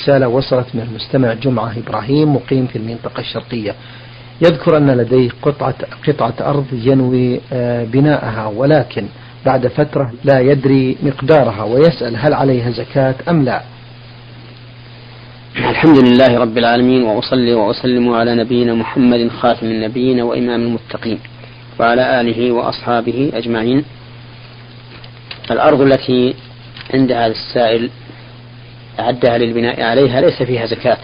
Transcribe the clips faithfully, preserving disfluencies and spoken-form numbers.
رسالة وصلت من المستمع جمعة إبراهيم مقيم في المنطقة الشرقية، يذكر أن لديه قطعة, قطعة أرض ينوي بناءها، ولكن بعد فترة لا يدري مقدارها، ويسأل هل عليها زكاة أم لا. الحمد لله رب العالمين، وأصلي وأسلم على نبينا محمد خاتم النبيين وإمام المتقين وعلى آله وأصحابه أجمعين. الأرض التي عند هذا السائل أعدها للبناء عليها ليس فيها زكاة،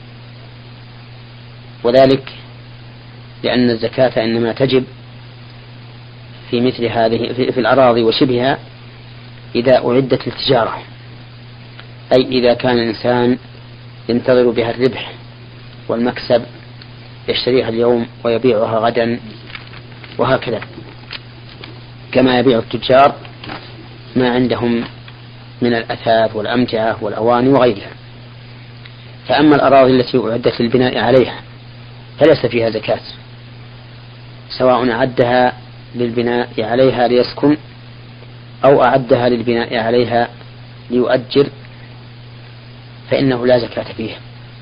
وذلك لأن الزكاة إنما تجب في مثل هذه في الأراضي وشبهها إذا أعدت للتجارة، أي إذا كان الإنسان ينتظر بها الربح والمكسب، يشتريها اليوم ويبيعها غدا، وهكذا كما يبيع التجار ما عندهم من الأثاث والأمتعة والأواني وغيرها. فأما الأراضي التي أعدت للبناء عليها فليس فيها زكاة، سواء أعدها للبناء عليها ليسكن أو أعدها للبناء عليها ليؤجر، فإنه لا زكاة فيها.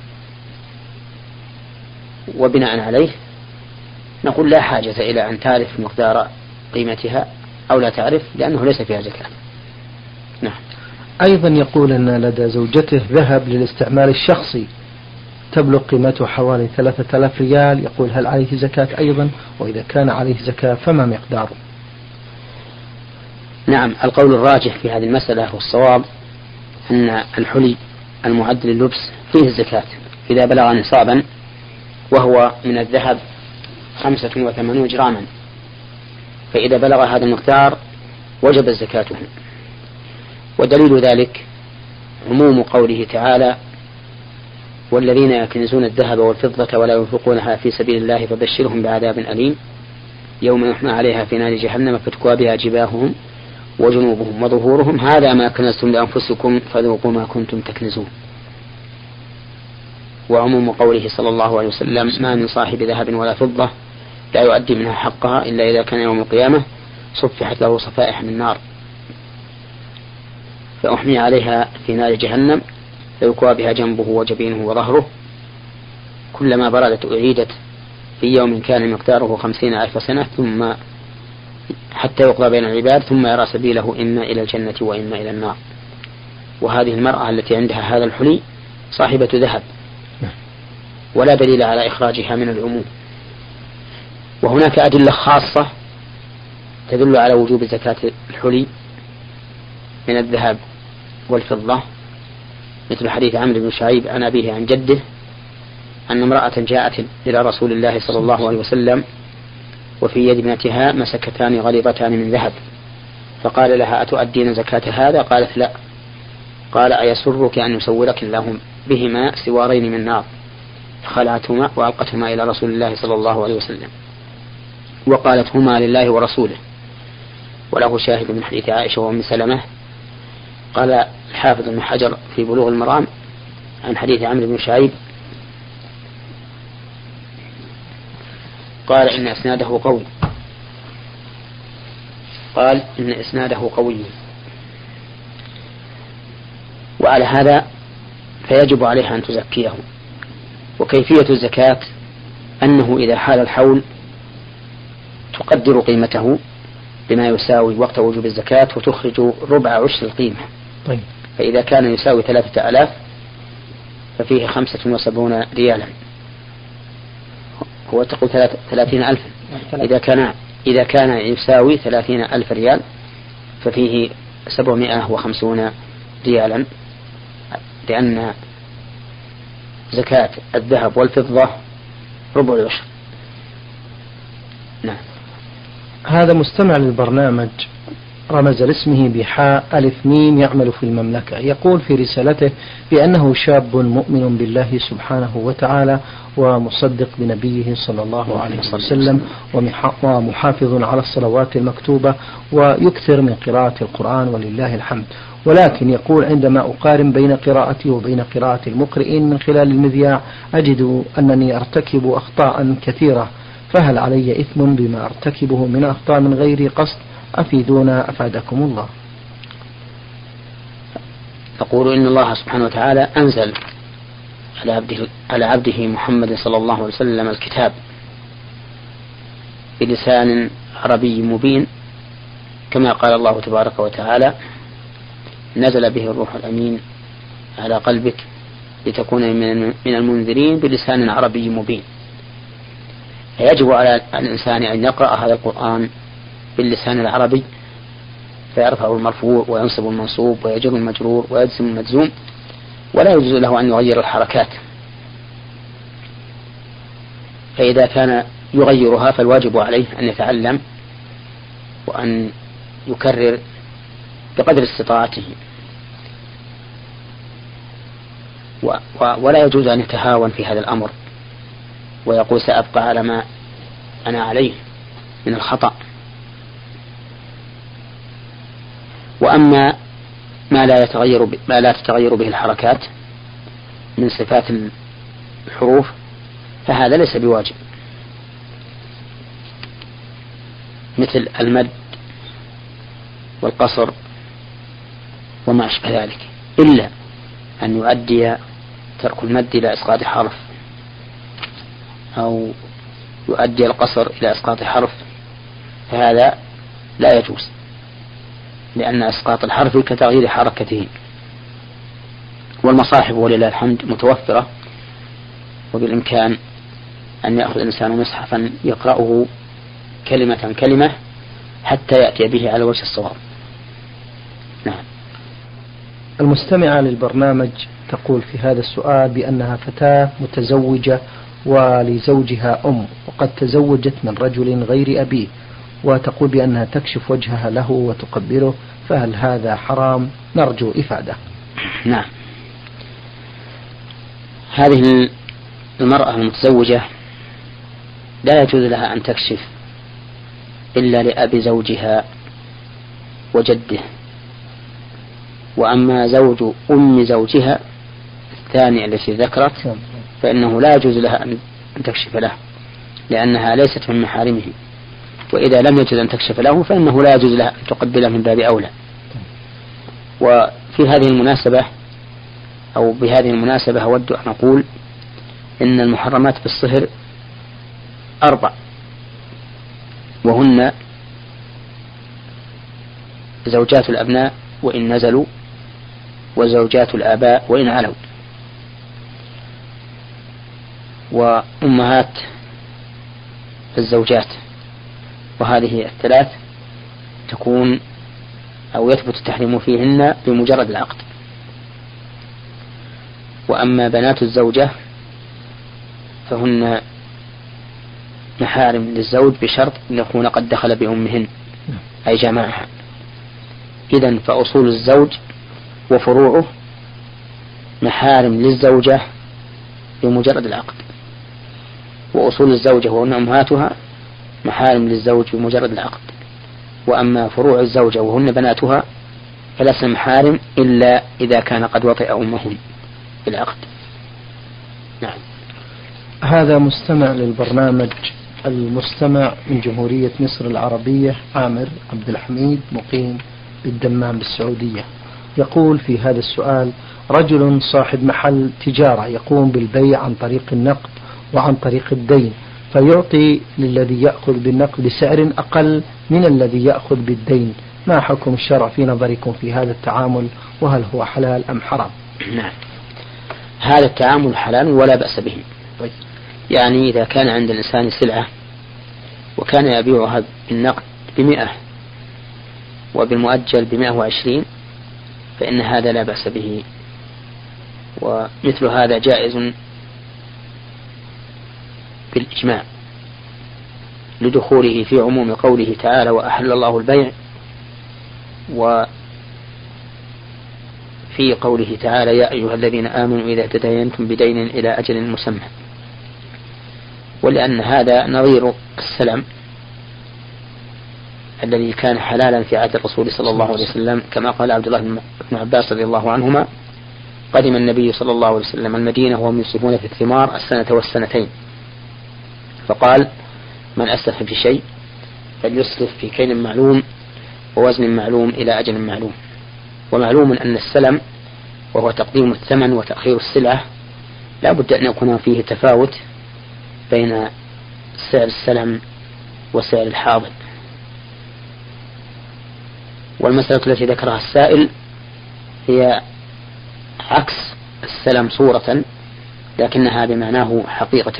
وبناء عليه نقول لا حاجة إلى أن تعرف مقدار قيمتها أو لا تعرف، لأنه ليس فيها زكاة. نعم. أيضا يقول أن لدى زوجته ذهب للاستعمال الشخصي تبلغ قيمته حوالي ثلاثة آلاف ريال، يقول هل عليه زكاة أيضا؟ وإذا كان عليه زكاة فما مقداره؟ نعم، القول الراجح في هذه المسألة والصواب أن الحلي المعد لللبس فيه الزكاة إذا بلغ نصابا، وهو من الذهب خمسة وثمانون جراما، فإذا بلغ هذا المقدار وجب الزكاة. ودليل ذلك عموم قوله تعالى: والذين يكنزون الذهب والفضة ولا ينفقونها في سبيل الله فبشرهم بعذاب أليم يوم يحمى عليها في نار جهنم فتكوى بها جباههم وجنوبهم وظهورهم هذا ما كنزتم لأنفسكم فذوقوا ما كنتم تكنزون. وعموم قوله صلى الله عليه وسلم: ما من صاحب ذهب ولا فضة لا يؤدي منها حقها إلا إذا كان يوم القيامة صفحت له صفائح من نار فأحمي عليها في نار جهنم فيكوى بها جنبه وجبينه وظهره كلما بردت أعيدت في يوم كان مقداره خمسين ألف سنة ثم حتى يقضى بين العباد ثم يرى سبيله إما إلى الجنة وإما إلى النار. وهذه المرأة التي عندها هذا الحلي صاحبة ذهب، ولا دليل على إخراجها من العموم. وهناك أدلة خاصة تدل على وجوب زكاة الحلي من الذهب والفضة، مثل حديث عمرو بن شعيب عن أبيه عن جده أن امرأة جاءت إلى رسول الله صلى الله عليه وسلم وفي يد ابنتها مسكتان غليظتان من ذهب، فقال لها: أتؤدين زكاة هذا؟ قالت: لا. قال: أيسرك أن يسورك الله بهما سوارين من نار؟ فخلعتهما وألقتهما إلى رسول الله صلى الله عليه وسلم وقالت: هما لله ورسوله. وله شاهد من حديث عائشة وأم سلمة. قال الحافظ بن حجر في بلوغ المرام عن حديث عمرو بن شعيب قال إن إسناده قوي قال إن إسناده قوي وعلى هذا فيجب عليها أن تزكيه. وكيفية الزكاة أنه إذا حال الحول تقدر قيمته بما يساوي وقت وجوب الزكاة وتخرج ربع عشر القيمة. طيب. فإذا كان يساوي ثلاثة آلاف ففيه خمسة وسبعون ريالا، هو تقول ثلاثين ألف. إذا كان إذا كان يساوي ثلاثين ألف ريال ففيه سبعمائة وخمسون ريالا، لأن زكاة الذهب والفضة ربع العشر. نعم. هذا مستمع للبرنامج رمز لاسمه بحاء ألف ميم يعمل في المملكة، يقول في رسالته بأنه شاب مؤمن بالله سبحانه وتعالى ومصدق بنبيه صلى الله عليه وسلم ومحافظ على الصلوات المكتوبة ويكثر من قراءة القرآن ولله الحمد، ولكن يقول عندما أقارن بين قراءتي وبين قراءة المقرئين من خلال المذياع أجد أنني أرتكب أخطاء كثيرة، فهل علي إثم بما أرتكبه من أخطاء من غير قصد؟ أفيدونا أفادكم الله. تقول إن الله سبحانه وتعالى أنزل على عبده, على عبده محمد صلى الله عليه وسلم الكتاب بلسان عربي مبين، كما قال الله تبارك وتعالى: نزل به الروح الأمين على قلبك لتكون من المنذرين بلسان عربي مبين. فيجب على الإنسان أن يقرأ هذا القرآن باللسان العربي، فيرفع المرفوع وينصب المنصوب ويجر المجرور ويجزم المجزوم، ولا يجوز له أن يغير الحركات. فإذا كان يغيرها فالواجب عليه أن يتعلم وأن يكرر بقدر استطاعته، ولا يجوز أن يتهاون في هذا الأمر ويقول سأبقى على ما أنا عليه من الخطأ. وأما ما لا يتغير ما لا تتغير به الحركات من صفات الحروف فهذا ليس بواجب، مثل المد والقصر وما أشبه ذلك، إلا أن يؤدي ترك المد إلى إسقاط حرف أو يؤدي القصر إلى إسقاط حرف، فهذا لا يجوز، لأن إسقاط الحرف كتغيير حركته. والمصاحف ولله الحمد متوفرة، وبالإمكان أن يأخذ الإنسان مصحفا يقرأه كلمة كلمة حتى يأتي به على وجه الصواب. نعم. المستمعة للبرنامج تقول في هذا السؤال بأنها فتاة متزوجة ولزوجها أم، وقد تزوجت من رجل غير أبيه، وتقول بأنها تكشف وجهها له وتقبله، فهل هذا حرام؟ نرجو إفادة. نعم. هذه المرأة المتزوجة لا يجوز لها أن تكشف إلا لأبي زوجها وجده، وأما زوج أم زوجها الثانية التي ذكرت فإنه لا يجوز لها أن تكشف له، لأنها ليست من محارمه، وإذا لم يجوز أن تكشف له فإنه لا يجوز لها أن تقبله من باب أولى. وفي هذه المناسبة أو بهذه المناسبة أود أن أقول إن المحرمات بالصهر أربع، وهن زوجات الأبناء وإن نزلوا، وزوجات الآباء وإن علوا، وأمهات الزوجات، وهذه الثلاث تكون أو يثبت التحريم فيهن بمجرد العقد. وأما بنات الزوجة فهن محارم للزوج بشرط أن يكون قد دخل بأمهن أي جماعها. إذن فأصول الزوج وفروعه محارم للزوجة بمجرد العقد، وأصول الزوجة وهن أمهاتها محارم للزوج بمجرد العقد. وأما فروع الزوجة وهن بناتها فلسن محارم إلا إذا كان قد وطئ أمهن بالعقد. نعم. هذا مستمع للبرنامج، المستمع من جمهورية مصر العربية عامر عبد الحميد مقيم بالدمام بالسعودية، يقول في هذا السؤال: رجل صاحب محل تجارة يقوم بالبيع عن طريق النقد وعن طريق الدين، فيعطي للذي يأخذ بالنقد بسعر أقل من الذي يأخذ بالدين، ما حكم الشرع في نظركم في هذا التعامل، وهل هو حلال أم حرام؟ نعم، هذا التعامل حلال ولا بأس به. طيب. يعني إذا كان عند الإنسان سلعة وكان يبيعها بالنقد بمئة وبالمؤجل بمئة وعشرين فإن هذا لا بأس به، ومثل هذا جائز بالإجماع لدخوله في عموم قوله تعالى: وأحل الله البيع، وفي قوله تعالى: يا أيها الذين آمنوا إذا تداينتم بدين إلى أجل مسمى. ولأن هذا نظير السلم الذي كان حلالا في عهد الرسول صلى الله عليه وسلم، كما قال عبد الله بن عباس رضي الله عنهما: قدم النبي صلى الله عليه وسلم المدينة وهم يصيبون في الثمار السنة والسنتين، فقال: من أسلف في شيء فليسلف في كيل معلوم ووزن معلوم إلى أجل معلوم. ومعلوم أن السلم وهو تقديم الثمن وتأخير السلعة لا بد أن يكون فيه تفاوت بين سعر السلم وسعر الحاضر. والمسألة التي ذكرها السائل هي عكس السلم صورة لكنها بمعناه حقيقة.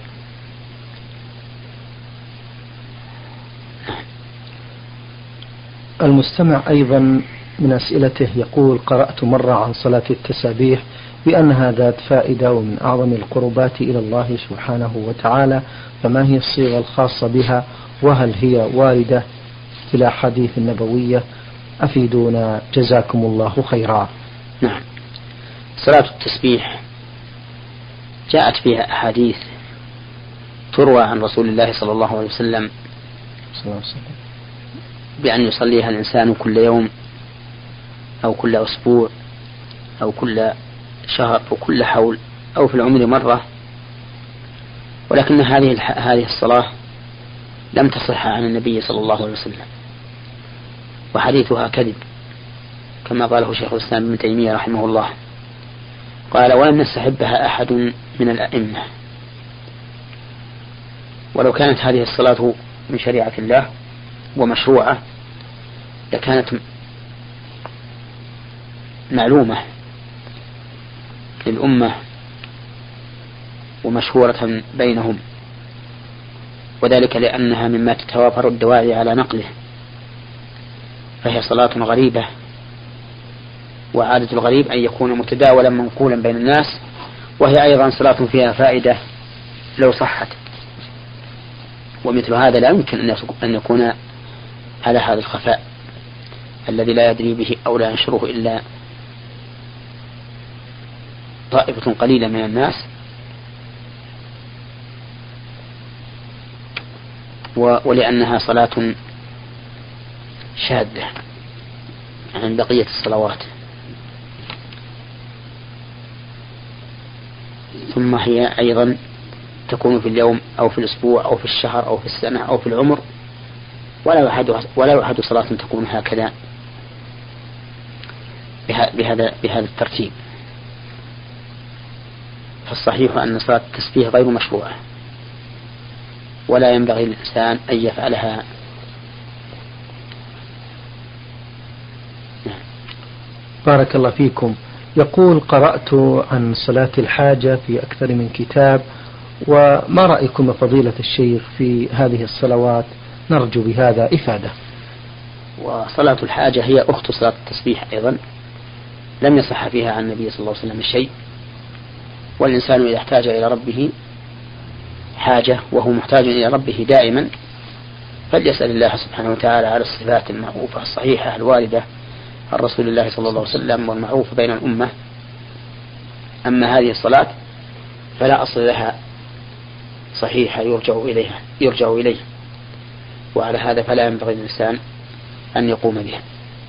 المستمع أيضا من أسئلته يقول: قرأت مرة عن صلاة التسابيح بأنها ذات فائدة ومن أعظم القربات إلى الله سبحانه وتعالى، فما هي الصيغة الخاصة بها، وهل هي واردة في الأحاديث النبوية؟ أفيدونا جزاكم الله خيرا. نعم، صلاة التسبيح جاءت فيها أحاديث تروى عن رسول الله صلى الله عليه وسلم بأن يصليها الإنسان كل يوم أو كل أسبوع أو كل شهر أو كل حول أو في العمر مرة، ولكن هذه هذه الصلاة لم تصح عن النبي صلى الله عليه وسلم، وحديثها كذب كما قاله شيخ الإسلام ابن تيمية رحمه الله، قال: ولم يستحبها أحد من الأئمة. ولو كانت هذه الصلاة من شريعة الله ومشروعة لكانت معلومة للأمة ومشهورة بينهم، وذلك لأنها مما تتوافر الدواعي على نقله، فهي صلاة غريبة، وعادة الغريب أن يكون متداولا منقولا بين الناس، وهي أيضا صلاة فيها فائدة لو صحت، ومثل هذا لا يمكن أن يكون على هذا الخفاء الذي لا يدري به أو لا ينشره إلا طائفة قليلة من الناس، ولأنها صلاة شاذة عن بقية الصلوات. ثم هي أيضا تكون في اليوم أو في الأسبوع أو في الشهر أو في السنة أو في العمر، ولا يحد ولا يحد صلاة تكون هكذا بهذا بهذا الترتيب. فالصحيح أن صلاة التسبيح غير مشروعة، ولا ينبغي للإنسان أن يفعلها. بارك الله فيكم. يقول: قرأت عن صلاة الحاجة في أكثر من كتاب، وما رأيكم فضيلة الشيخ في هذه الصلوات؟ نرجو بهذا إفادة. وصلاة الحاجة هي أخت صلاة التسبيح أيضا، لم يصح فيها عن النبي صلى الله عليه وسلم شيء، والإنسان إذا احتاج إلى ربه حاجة وهو محتاج إلى ربه دائما فليسأل الله سبحانه وتعالى على الصفات المعروفة الصحيحة الواردة عن رسول الله صلى الله عليه وسلم والمعروفة بين الأمة. أما هذه الصلاة فلا أصل لها صحيحة يرجع إليها يرجع إليه، وعلى هذا فلا ينبغي للإنسان أن يقوم بها.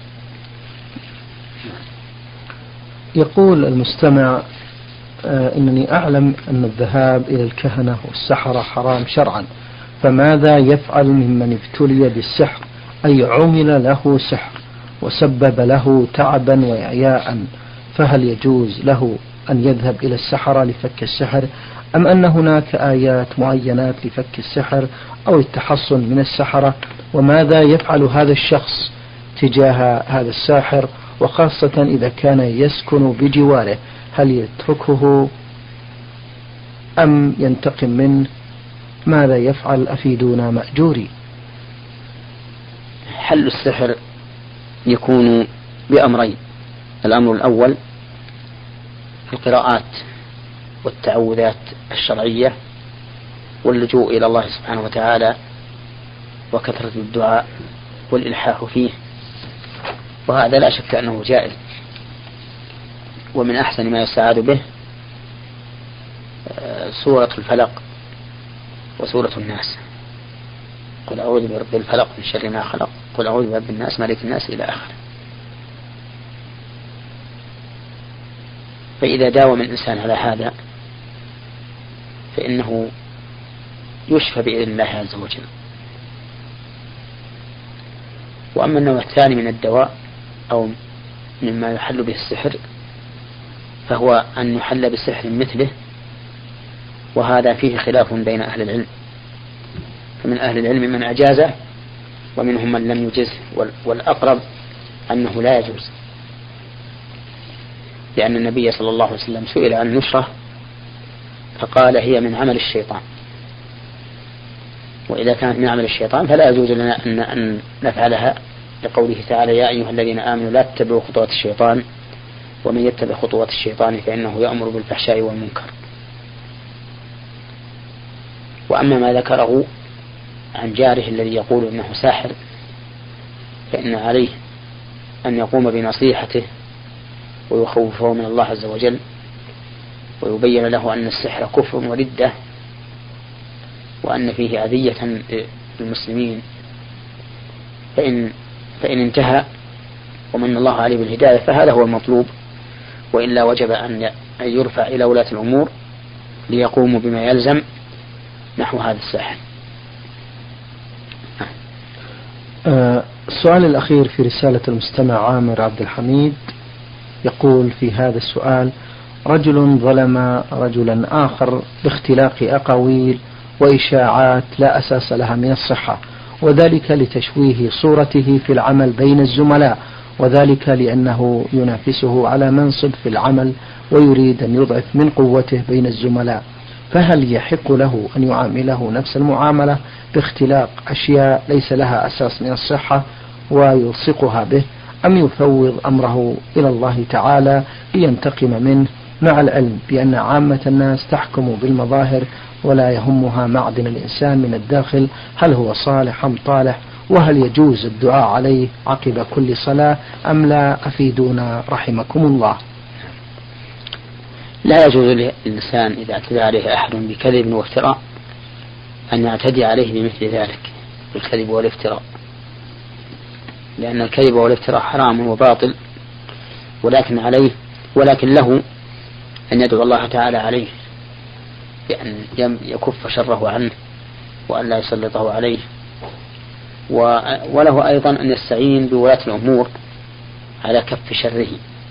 يقول المستمع: آه إنني أعلم أن الذهاب إلى الكهنة والسحرة حرام شرعا، فماذا يفعل ممن ابتلي بالسحر، أي عمل له سحر وسبب له تعبا وإعياء، فهل يجوز له أن يذهب إلى السحرة لفك السحر، أم أن هناك آيات معينات لفك السحر أو التحصن من السحرة؟ وماذا يفعل هذا الشخص تجاه هذا الساحر، وخاصة إذا كان يسكن بجواره، هل يتركه أم ينتقم منه؟ ماذا يفعل؟ أفيدونا مأجوري. حل السحر يكون بأمرين: الأمر الأول القراءات والتعوذات الشرعية واللجوء إلى الله سبحانه وتعالى وكثرة الدعاء والإلحاح فيه، وهذا لا شك أنه جائز، ومن أحسن ما يستعاذ به سورة الفلق وسورة الناس: قل أعوذ برب الفلق من شر ما خلق، قل أعوذ برب الناس ملك الناس إلى آخره. فإذا داوم الإنسان على هذا فإنه يشفى بإذن الله عز وجل. وأما النوع الثاني من الدواء أو مما يحل به السحر فهو أن يحل بسحر مثله وهذا فيه خلاف بين أهل العلم، فمن أهل العلم من أجازه ومنهم من لم يجزه، والأقرب أنه لا يجوز، لأن النبي صلى الله عليه وسلم سئل عن النشرة فقال هي من عمل الشيطان، وإذا كانت من عمل الشيطان فلا يجوز لنا أن, أن نفعلها، لقوله تعالى يا أيها الذين آمنوا لا تتبعوا خطوات الشيطان ومن يتبع خطوات الشيطان فإنه يأمر بالفحشاء والمنكر. وأما ما ذكره عن جاره الذي يقول إنه ساحر فإن عليه أن يقوم بنصيحته ويخوفه من الله عز وجل ويبين له أن السحر كفر وردة وأن فيه أذية للمسلمين، فإن, فإن انتهى ومن الله عليه بالهداية فهذا هو المطلوب، وإلا وجب أن يرفع إلى ولاة الأمور ليقوموا بما يلزم نحو هذا الساحر. آه السؤال الأخير في رسالة المستمع عامر عبد الحميد يقول في هذا السؤال: رجل ظلم رجلا آخر باختلاق أقاويل وإشاعات لا أساس لها من الصحة، وذلك لتشويه صورته في العمل بين الزملاء، وذلك لأنه ينافسه على منصب في العمل ويريد أن يضعف من قوته بين الزملاء، فهل يحق له أن يعامله نفس المعاملة باختلاق أشياء ليس لها أساس من الصحة ويلصقها به، أم يفوض أمره إلى الله تعالى لينتقم منه، مع العلم بأن عامة الناس تحكم بالمظاهر ولا يهمها معدن الإنسان من الداخل هل هو صالح أم طالح، وهل يجوز الدعاء عليه عقب كل صلاة أم لا؟ أفيدونا رحمكم الله. لا يجوز للإنسان إذا اعتدى عليه أحد بكذب وافتراء أن يعتدي عليه بمثل ذلك بالكذب والافتراء، لأن الكذب والافتراء حرام وباطل، ولكن عليه ولكن له أن يدعو الله تعالى عليه بأن يكف شره عنه وأن لا يسلطه عليه، وله أيضا أن يستعين بولاة الأمور على كف شره،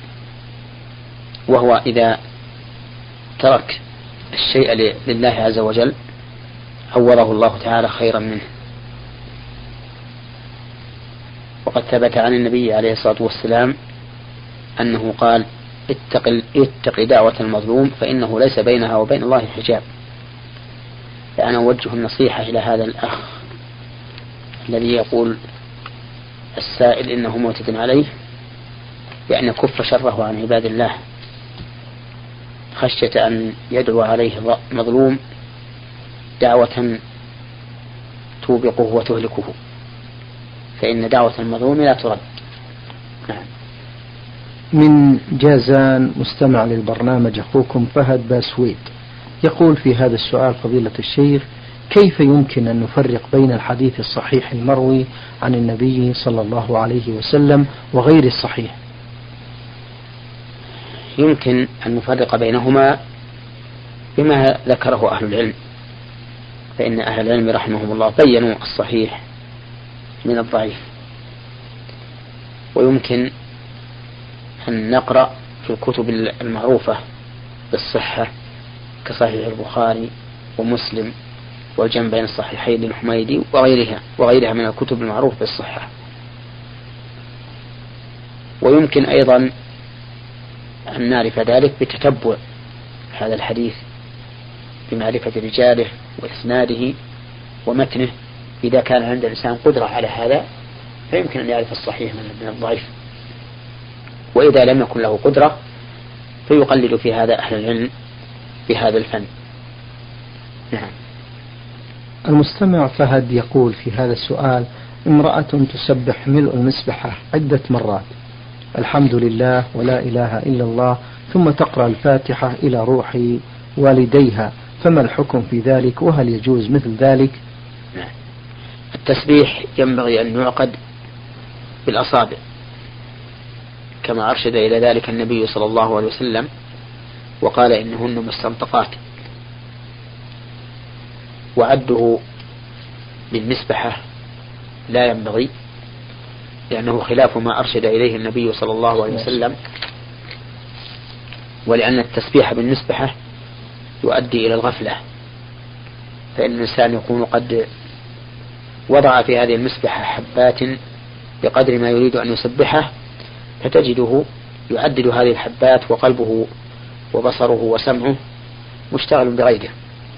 وهو إذا ترك الشيء لله عز وجل عوضه الله تعالى خيرا منه. وقد ثبت عن النبي عليه الصلاة والسلام أنه قال اتق, اتق دعوة المظلوم فإنه ليس بينها وبين الله حجاب. فأنا أوجه النصيحة إلى هذا الأخ الذي يقول السائل إنه معتد عليه بأن يكف شره عن عباد الله خشية أن يدعو عليه مظلوم دعوة توبقه وتهلكه، فإن دعوة المظلوم لا ترد. نعم. من جازان مستمع للبرنامج أخوكم فهد باسويد يقول في هذا السؤال: فضيلة الشيخ، كيف يمكن أن نفرق بين الحديث الصحيح المروي عن النبي صلى الله عليه وسلم وغير الصحيح؟ يمكن أن نفرق بينهما بما ذكره أهل العلم، فإن أهل العلم رحمهم الله بينوا الصحيح من الضعيف، ويمكن أن نقرأ في الكتب المعروفة بالصحة كصحيح البخاري ومسلم والجمع بين الصحيحين للحميدي وغيرها وغيرها من الكتب المعروفة بالصحة. ويمكن أيضا أن نعرف ذلك بتتبع هذا الحديث بمعرفة رجاله وإسناده ومتنه، إذا كان عند الإنسان قدرة على هذا فيمكن أن يعرف الصحيح من الضعيف، وإذا لم يكن له قدرة فيقلد في هذا أهل العلم بهذا الفن. نعم. المستمع فهد يقول في هذا السؤال: امرأة تسبح ملء المسبحة عدة مرات الحمد لله ولا إله إلا الله ثم تقرأ الفاتحة إلى روح والديها، فما الحكم في ذلك وهل يجوز مثل ذلك؟ نعم. التسبيح ينبغي أن يعقد بالأصابع كما أرشد إلى ذلك النبي صلى الله عليه وسلم وقال إنهن مستنطقات، وعده بالمسبحة لا ينبغي لأنه خلاف ما أرشد إليه النبي صلى الله عليه وسلم، ولأن التسبيح بالمسبحة يؤدي إلى الغفلة فإن الإنسان يكون قد وضع في هذه المسبحة حبات بقدر ما يريد أن يسبحه، فتجده يعدد هذه الحبات وقلبه وبصره وسمعه مشتغل بغيره،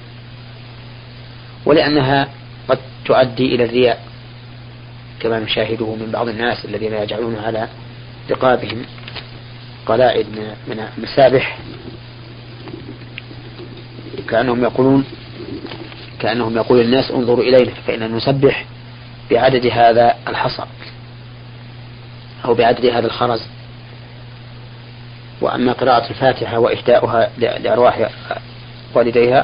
ولأنها قد تؤدي إلى الرياء كما نشاهده من بعض الناس الذين يجعلون على رقابهم قلائد من المسابح كأنهم يقولون كأنهم يقول الناس انظروا إلينا فإننا نسبح بعدد هذا الحصى أو بعدد هذا الخرز. وأما قراءة الفاتحة وإهداؤها لأرواح والديها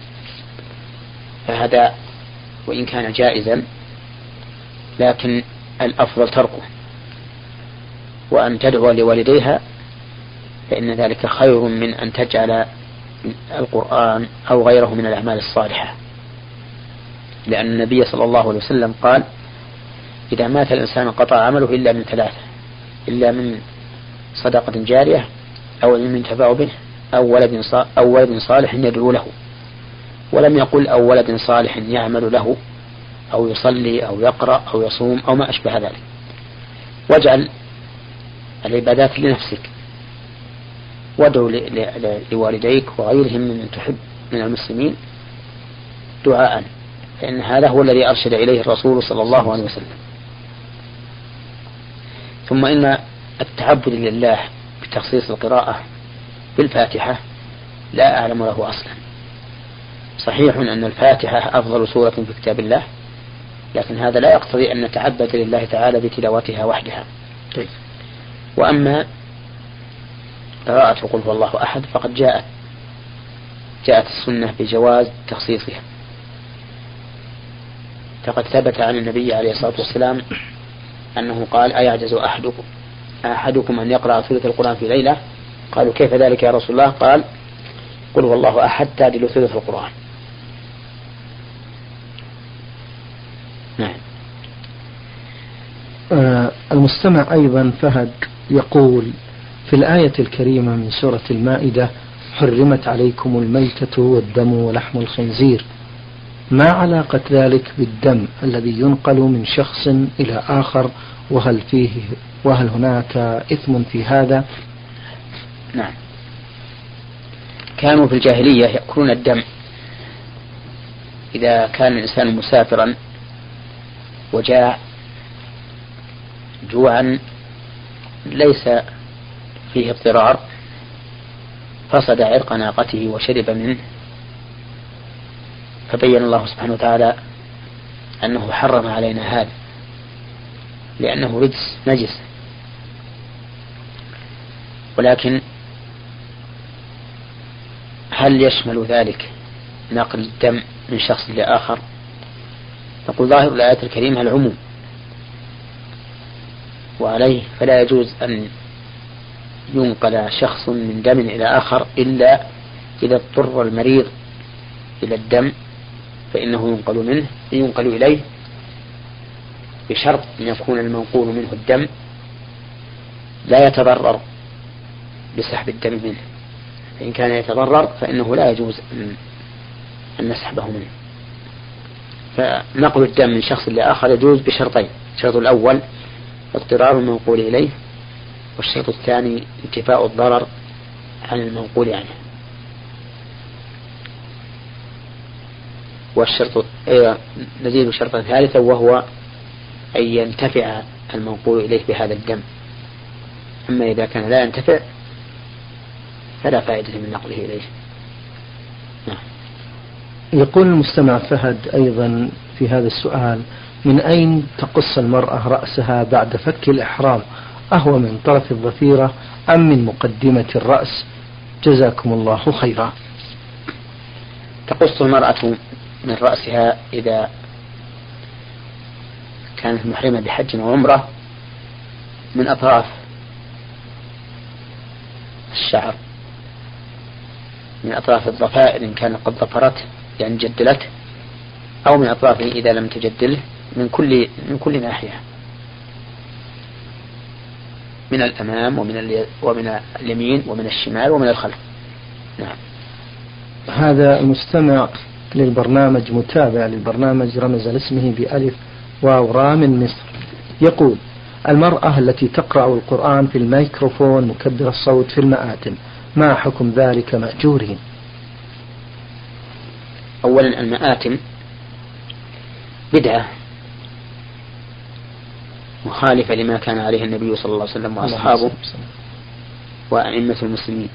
فهذا وإن كان جائزا لكن الأفضل تركه، وأن تدعو لوالديها فإن ذلك خير من أن تجعل القرآن أو غيره من الأعمال الصالحة، لأن النبي صلى الله عليه وسلم قال إذا مات الإنسان قطع عمله إلا من ثلاثة، إلا من صدقة جارية أو علم ينتفع به أو ولد أو ولد صالح يدعو له، ولم يقل أو ولد صالح يعمل له أو يصلي أو يقرأ أو يصوم أو ما أشبه ذلك. واجعل العبادات لنفسك وادعو لوالديك وغيرهم من تحب من المسلمين دعاء، فإن هذا هو الذي أرشد إليه الرسول صلى الله عليه وسلم. ثم إن التعبد لله بتخصيص القراءة بالفاتحة لا أعلم له أصلا. صحيح أن الفاتحة أفضل سورة في كتاب الله، لكن هذا لا يقتضي أن نتعبد لله تعالى بتلاوتها وحدها. وأما قراءة قل هو الله أحد فقد جاءت جاءت السنة بجواز تخصيصها، فقد ثبت عن النبي عليه الصلاة والسلام أنه قال أيعجز أحدكم أحدكم أن يقرأ ثلث القرآن في ليلة؟ قالوا كيف ذلك يا رسول الله؟ قال قل هو الله أحد تعدل ثلث القرآن. نعم. آه المستمع أيضا فهد يقول في الآية الكريمة من سورة المائدة حرمت عليكم الميتة والدم ولحم الخنزير، ما علاقة ذلك بالدم الذي ينقل من شخص إلى آخر، وهل فيه وهل هناك إثم في هذا؟ نعم، كانوا في الجاهلية يأكلون الدم إذا كان الإنسان مسافرا وجاع جوعا ليس فيه اضطرار فصد عرق ناقته وشرب منه، فبين الله سبحانه وتعالى أنه حرم علينا هذا لأنه رجس نجس. ولكن هل يشمل ذلك نقل الدم من شخص لآخر؟ نقول ظاهر الآية الكريمة العموم، وعليه فلا يجوز أن ينقل شخص من دم إلى آخر إلا إذا اضطر المريض إلى الدم فإنه ينقل منه ينقل إليه بشرط أن يكون المنقول منه الدم لا يتضرر بسحب الدم منه، فإن كان يتضرر فإنه لا يجوز أن نسحبه منه. فنقل الدم من شخص لآخر يجوز بشرطين: الشرط الأول اضطرار المنقول إليه، والشرط الثاني انتفاء الضرر عن المنقول عنه. والشرط إيه نزيد شرطا ثالثا وهو أن ينتفع المنقول إليه بهذا الدم، أما إذا كان لا ينتفع فلا فائدة من نقله إليه. نعم. يقول المستمع فهد أيضا في هذا السؤال: من أين تقص المرأة رأسها بعد فك الإحرام؟ أهو من طرف الضفيرة أم من مقدمة الرأس؟ جزاكم الله خيرا. تقص المرأة من رأسها إذا كانت محرمة بحج وعمرة من أطراف الشعر، من أطراف الضفائر إن كانت قد ضفرت يعني جدلت، أو من أطرافه إذا لم تجدله، من كل من كل ناحية، من الأمام ومن ومن اليمين ومن الشمال ومن الخلف. نعم. هذا المستمع للبرنامج، متابع للبرنامج، رمز لاسمه بألف واو را من مصر، يقول: المرأة التي تقرأ القرآن في الميكروفون مكبر الصوت في المآتم، ما حكم ذلك مأجورين؟ أولا المآتم بدعة مخالفة لما كان عليه النبي صلى الله عليه وسلم وأصحابه وأئمة المسلمين،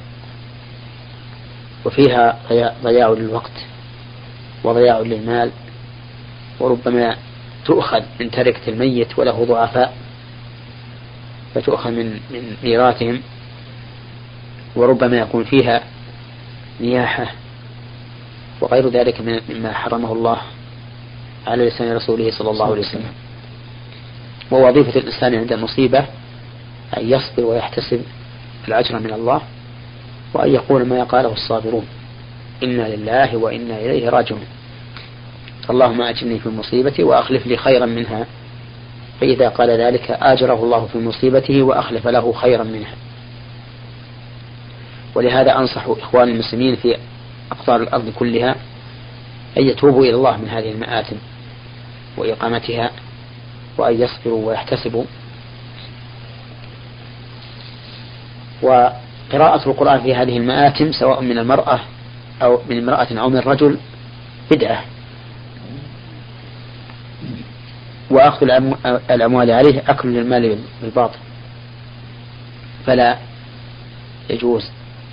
وفيها ضياع للوقت وضياع للمال، وربما تؤخذ من تركة الميت وله ضعفاء فتؤخذ من من ميراثهم، وربما يكون فيها نياحة وغير ذلك مما حرمه الله على لسان رسوله صلى الله عليه وسلم. ووظيفة الإنسان عند المصيبة أن يصبر ويحتسب الأجر من الله، وأن يقول ما قاله الصابرون: إنا لله وإنا إليه راجعون، اللهم أجرني في مصيبتي وأخلف لي خيرا منها. فإذا قال ذلك آجره الله في مصيبته وأخلف له خيرا منها. ولهذا أنصح إخوان المسلمين في أقطار الأرض كلها أن يتوبوا إلى الله من هذه المآتم وإقامتها، وأن يصبروا ويحتسبوا. وقراءة القرآن في هذه المآتم سواء من المرأة أو من امرأة أو من رجل بدعة، وأخذ الأموال عليه أكل للمال بالباطل، فلا يجوز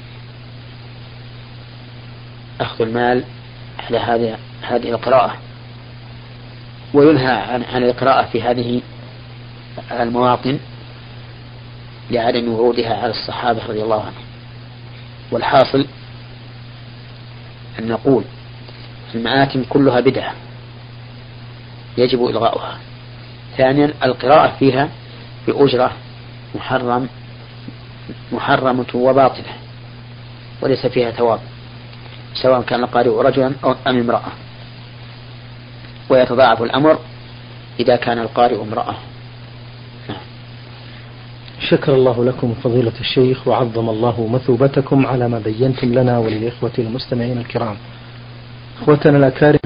أخذ المال على هذه هذه القراءة، وينهى عن, عن القراءة في هذه المواطن لعدم ورودها على الصحابة رضي الله عنهم. والحاصل أن نقول المآتم كلها بدعة يجب إلغاؤها. ثانيا القراءة فيها بأجرة محرم محرمة وباطلة وليس فيها ثواب، سواء كان القارئ رجلا أو أم امرأة، ويتضاعف الأمر إذا كان القارئ امرأة. شكر الله لكم فضيلة الشيخ، وعظم الله مثوبتكم على ما بينتم لنا وللإخوة المستمعين الكرام. إخوتنا الأكارم،